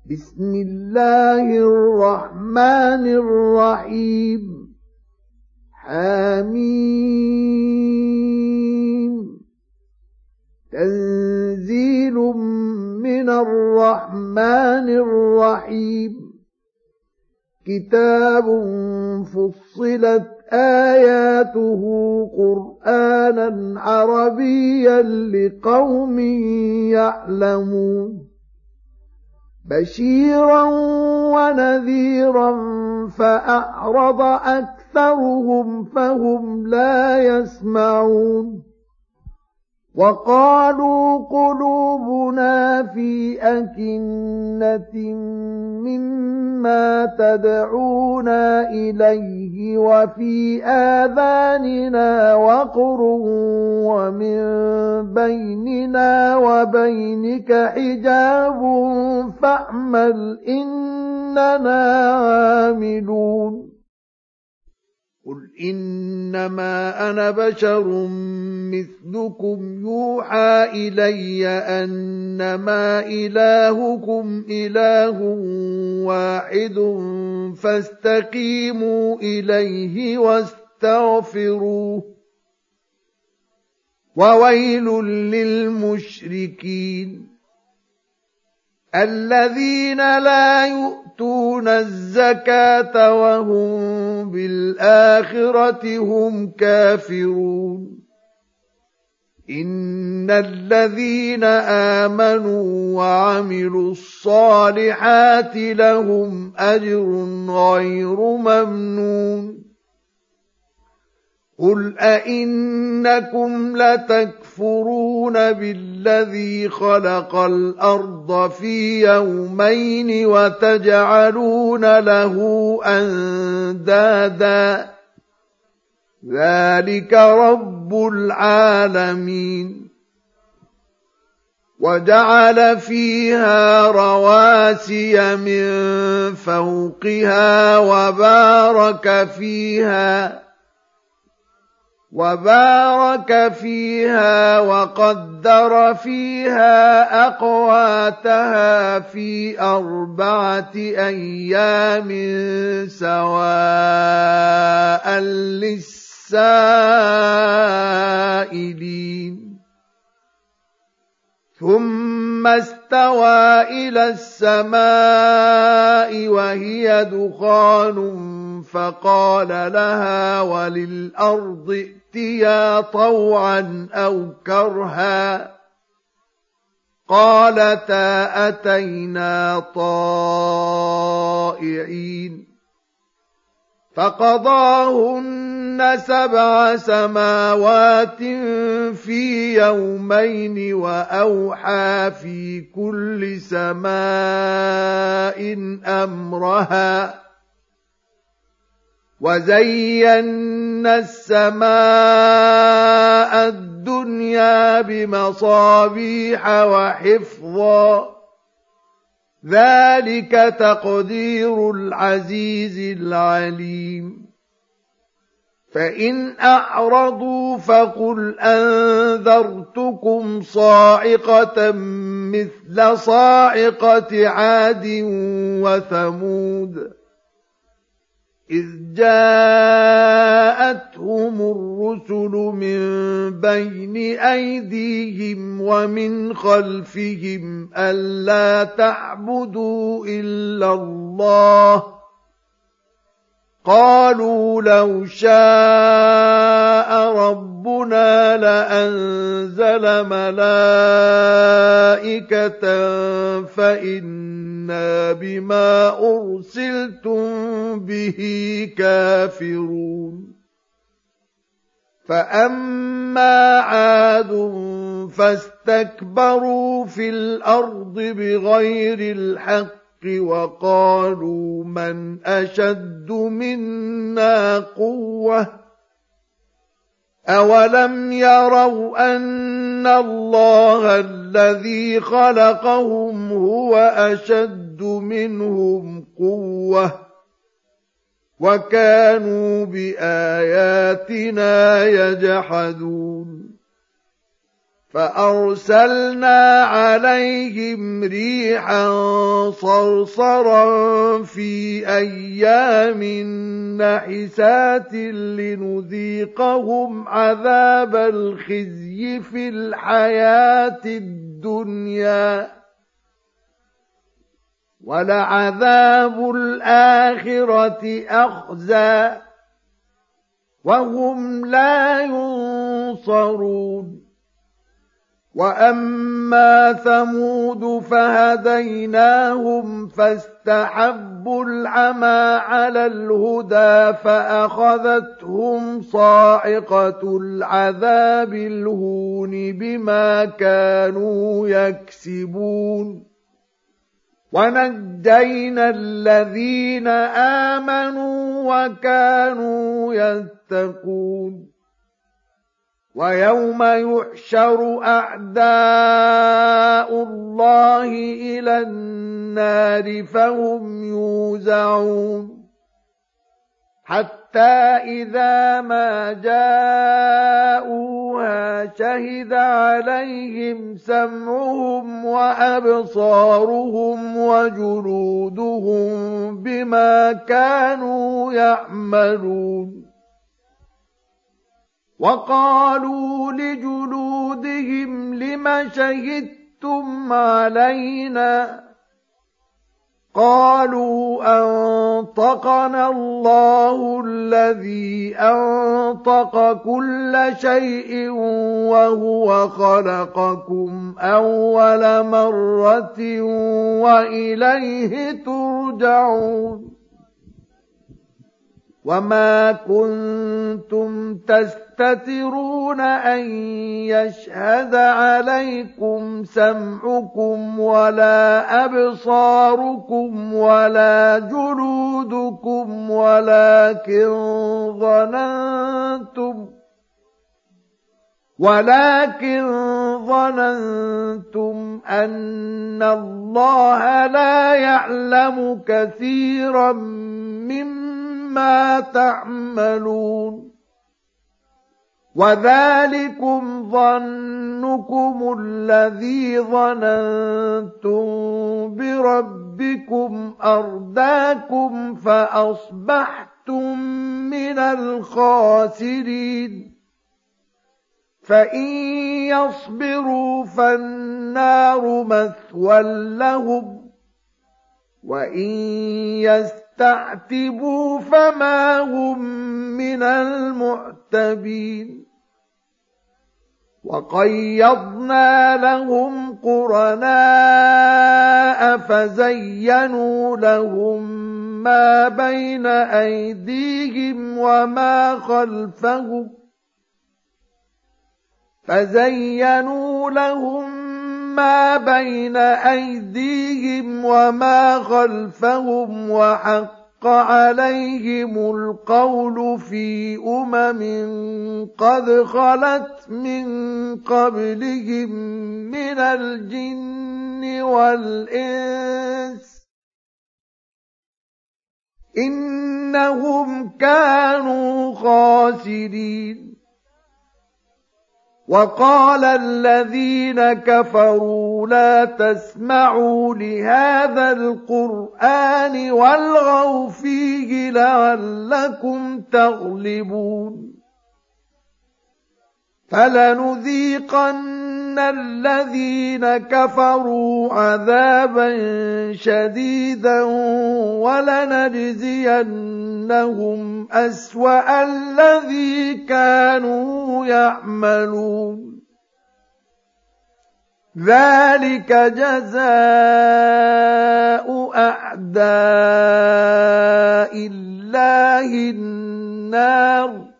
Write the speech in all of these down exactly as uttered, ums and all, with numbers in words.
بسم الله الرحمن الرحيم حميم تنزيل من الرحمن الرحيم كتاب فصلت آياته قرآنا عربيا لقوم يعلمون بشيرا ونذيرا فأعرض أكثرهم فهم لا يسمعون وقالوا قلوبنا في أكنة مما تدعونا إليه وفي آذاننا وقر ومن بيننا وبينك حجاب فاعمل إننا عاملون قل إنما أنا بشر مثلكم يوحى إلي أنما إلهكم إله واحد فاستقيموا إليه واستغفروه وويل للمشركين الذين لا يؤتون الزكاة وهم بالآخرة هم كافرون إن الذين آمنوا وعملوا الصالحات لهم أجر غير ممنون قل أئنكم لتكفرون بالذي خلق الأرض في يومين وتجعلون له أندادا ذلك رب العالمين وجعل فيها رواسي من فوقها وبارك فيها وبارك فيها وقدر فيها أقواتها في أربعة أيام سواء للسائلين ثم استوى إلى السماء وهي دخان فقال لها وللأرض ائتيا طوعا أو كرها قالتا أتينا طائعين فقضاهن سبع سماوات في يومين وأوحى في كل سماء أمرها وزينا السماء الدنيا بمصابيح وحفظا ذلك تقدير العزيز العليم فإن أعرضوا فقل أنذرتكم صاعقة مثل صاعقة عاد وثمود إذ جاءتهم الرسل من بين أيديهم ومن خلفهم ألا تعبدوا إلا الله قالوا لو شاء ربنا لأنزل ملائكة فإنا بما أرسلتم به كافرون فأما عاد فاستكبروا في الأرض بغير الحق وقالوا من أشد منا قوة أولم يروا أن الله الذي خلقهم هو أشد منهم قوة وكانوا بآياتنا يجحدون فأرسلنا عليهم ريحا صرصرا في أيام نحسات لنذيقهم عذاب الخزي في الحياة الدنيا ولعذاب الآخرة أخزى وهم لا ينصرون. وأما ثمود فهديناهم فاستحبوا العمى على الهدى فأخذتهم صاعقة العذاب الهون بما كانوا يكسبون. ونجينا الذين آمنوا وكانوا يتقون. ويوم يحشر أعداء الله إلى النار فهم يوزعون حتى إذا ما جاءوها شهد عليهم سمعهم وأبصارهم وجلودهم بما كانوا يعملون. وقالوا لجلودهم لم شهدتم علينا قالوا أنطقنا الله الذي أنطق كل شيء وهو خلقكم أول مرة وإليه ترجعون. وما كنتم تستترون أن يشهد عليكم سمعكم ولا أبصاركم ولا جلودكم ولكن ظننتم ولكن ظننتم أن الله لا يعلم كثيرا مما تعملون. وذلكم ظنكم الذي ظننتم بربكم أرداكم فأصبحتم من الخاسرين. فإن يصبروا فالنار مثوى لهم وإن يستعتبوا فما هم من المعتبين. وقيضنا لهم قرناء فزينوا لهم ما بين أيديهم وما خلفهم فزينوا لهم ما بين أيديهم وما خلفهم وحق عليهم القول في أمم قد خلت من قبلهم من الجن والإنس إنهم كانوا خاسرين. وقال الذين كفروا لا تسمعوا لهذا القرآن والغوا فيه لعلكم تغلبون. فلنذيقن الذين كفروا عذابا شديدا ولنجزينهم أسوأ الذي كانوا يعملون. ذلك جزاء أعداء الله النار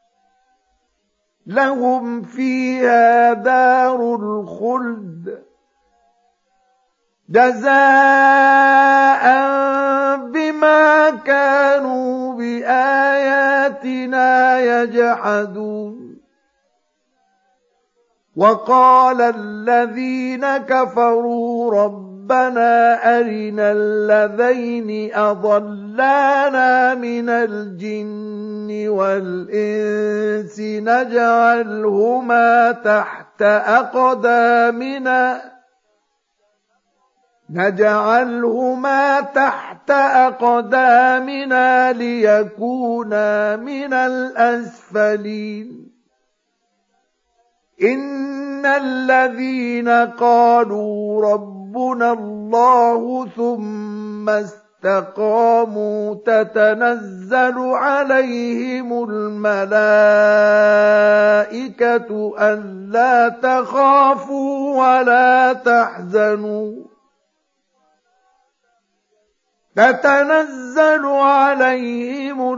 لهم فيها دار الخلد جزاء بما كانوا بآياتنا يجحدون. وقال الذين كفروا ربنا ربنا أرنا الذين أضلانا من الجن والإنس نجعلهما تحت أقدامنا نجعلهما تحت أقدامنا ليكونا من الأسفلين إن الذين قالوا ربنا الله ثم استقاموا تتنزل عليهم الملائكة ألا تخافوا ولا تحزنوا تتنزل عليهم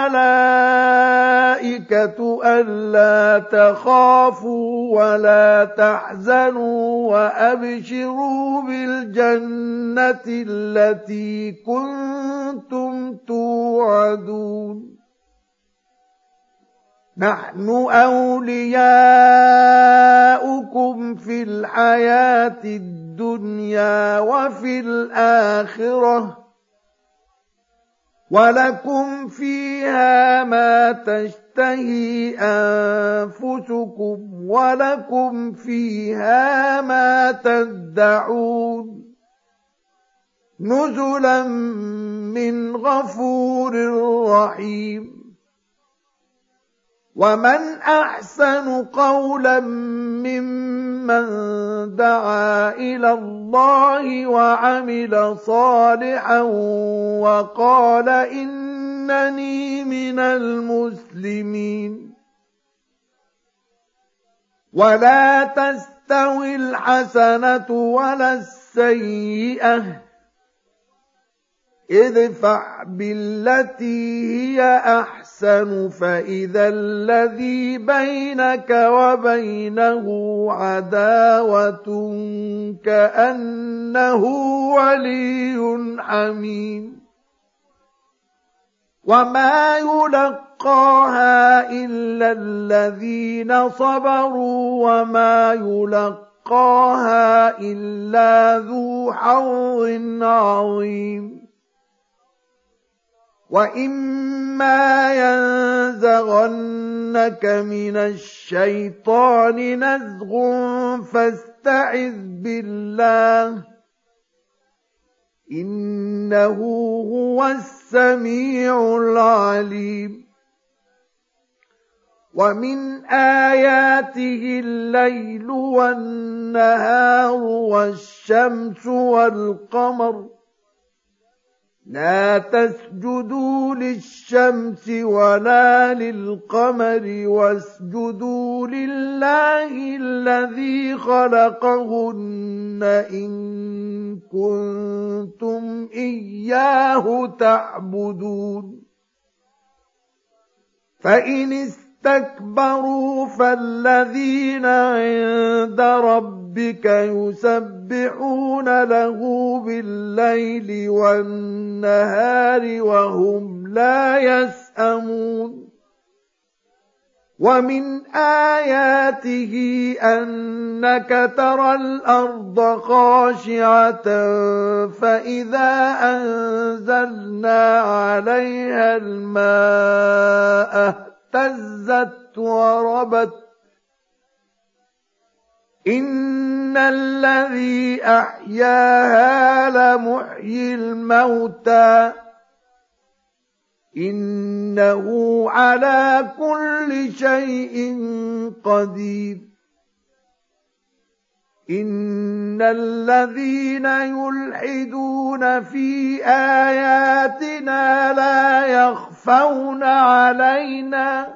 الملائكة ألا تخافوا ولا تحزنوا وأبشروا بالجنة التي كنتم توعدون نحن أولياؤكم في الحياة الدنيا وفي الآخرة ولكم فيها ما تشتهي أنفسكم ولكم فيها ما تدعون نزلا من غفور رحيم ومن أحسن قولا ممن دعا إلى الله وعمل صالحا وقال إنني من المسلمين ولا تستوي الحسنة ولا السيئة ادفع بالتي هي أحسن فإذا الذي بينك وبينه عداوة كأنه ولي حميم وما يلقاها إلا الذين صبروا وما يلقاها إلا ذو حظ عظيم وإما ينزغنك من الشيطان نزغ فاستعذ بالله إنه هو السميع العليم ومن آياته الليل والنهار والشمس والقمر لا تسجدوا للشمس ولا للقمر واسجدوا لله الذي خلقهن إن كنتم إياه تعبدون فإن استكبروا فالذين عند ربك يسبحون له بالليل والنهار وهم لا يسأمون ومن آياته أنك ترى الأرض خاشعة فإذا أنزلنا عليها الماء اهتزت وربت إن الذي أحياها لمحيي الموتى إنه على كل شيء قدير إن الذين يلحدون في آياتنا لا يخفون علينا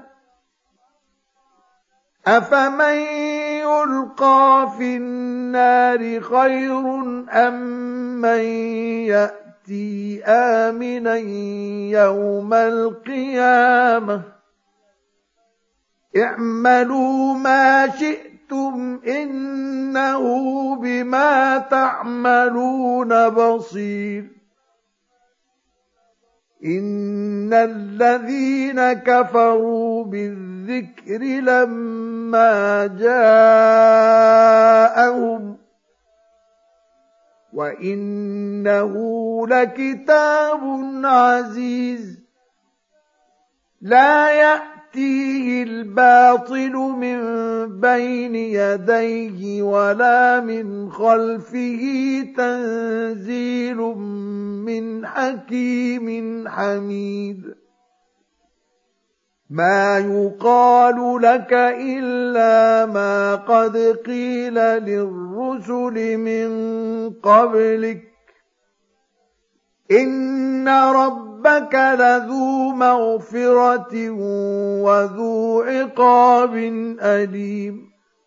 أفمن يلقى في النار خير أم من يأتي آمنا يوم القيامة اعملوا ما شئتم إنه بما تعملون بصير إن الذين كفروا بالذكر لما جاءهم وإنه لكتاب عزيز لا يأتيه الباطل من بين يديه ولا من خلفه تنزيل من حكيم حميد ما يقال لك إلا ما قد قيل للرسل من قبلك إن ربك لذو مغفرة وذو عقاب أليم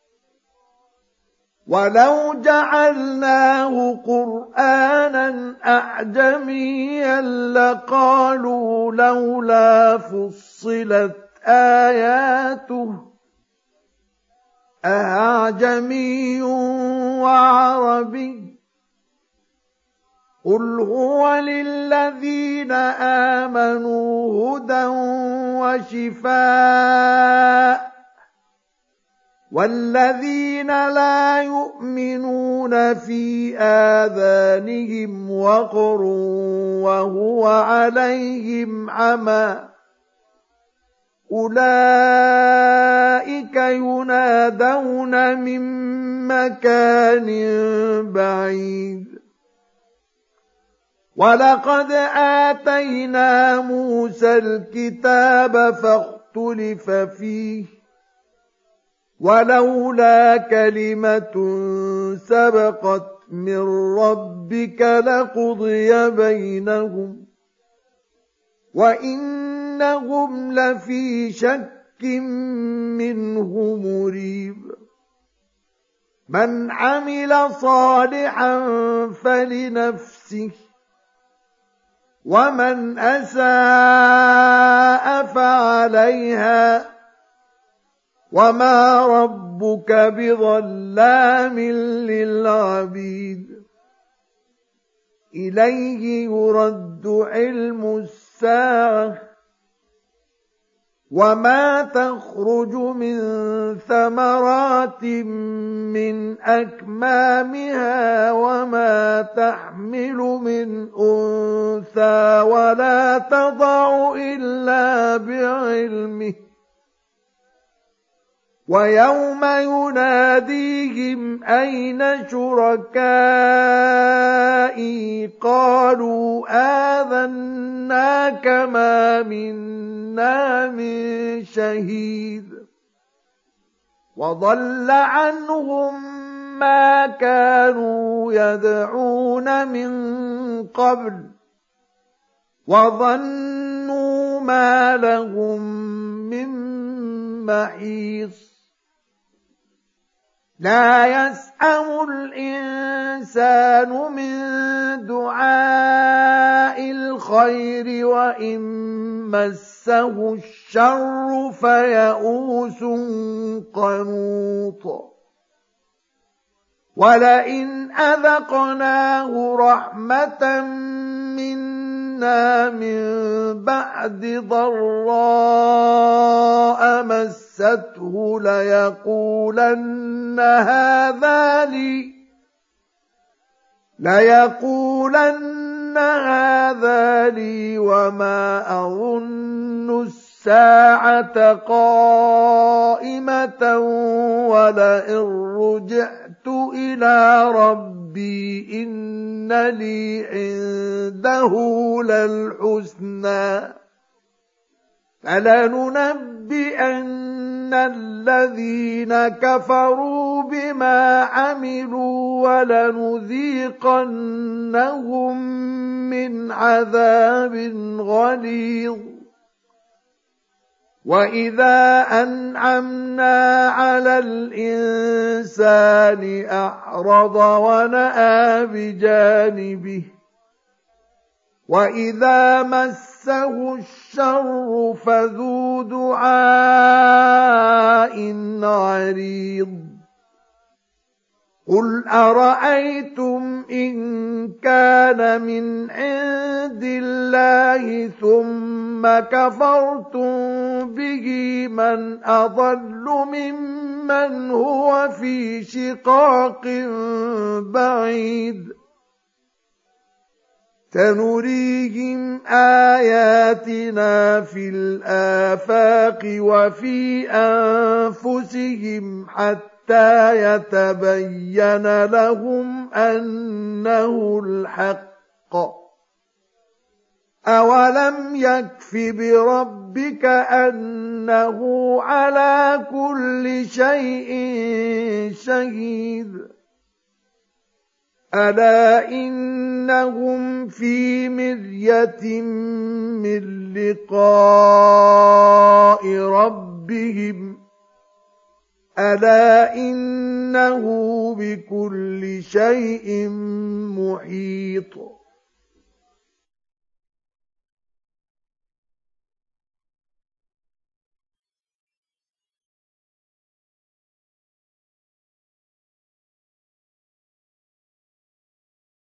ولو جعلناه قرآنا أعجميا لقالوا لولا فصلت آياته أعجمي وعربي قل هو للذين آمنوا هدى وشفاء والذين لا يؤمنون في آذانهم وقر وهو عليهم عمى أولئك ينادون من مكان بعيد ولقد آتينا موسى الكتاب فاختلف فيه ولولا كلمة سبقت من ربك لقضي بينهم وإنهم لفي شك منه مريب من عمل صالحا فلنفسه ومن أساء فعليها وما ربك بظلام للعبيد إليه يرد علم الساعة وما تخرج من ثمرات من أكمامها وما تحمل من أنثى ولا تضع إلا بعلمه ويوم يناديهم أين شركائي قالوا آذناك ما منا من شهيد وضل عنهم ما كانوا يدعون من قبل وظنوا ما لهم من محيص لا يسأم الإنسان من دعاء الخير وإن مسه الشر فيئوس قنوط ولئن أذقناه رحمة منا من بعد ضراء مسته ليقولن هذا لي ليقولن هذا لي وما أظن الساعة قائمة ولئن رجعت إلى ربي إن لي عنده للحسنى فلننبئن الذين كفروا بما عملوا ولنذيقنهم من عذاب غليظ وإذا أنعمنا على الإنسان أعرض ونأى بجانبه وإذا مسه الشر فذو دعاء عريض قل أرأيتم إن كان من عند الله ثم كفرتم به من أضل ممن هو في شقاق بعيد سنريهم آياتنا في الآفاق وفي أنفسهم حتى يتبين لهم أنه الحق. أولم يكف بربك أنه على كل شيء شهيد. ألا إنهم في مرية من لقاء ربهم ألا إنه بكل شيء محيط.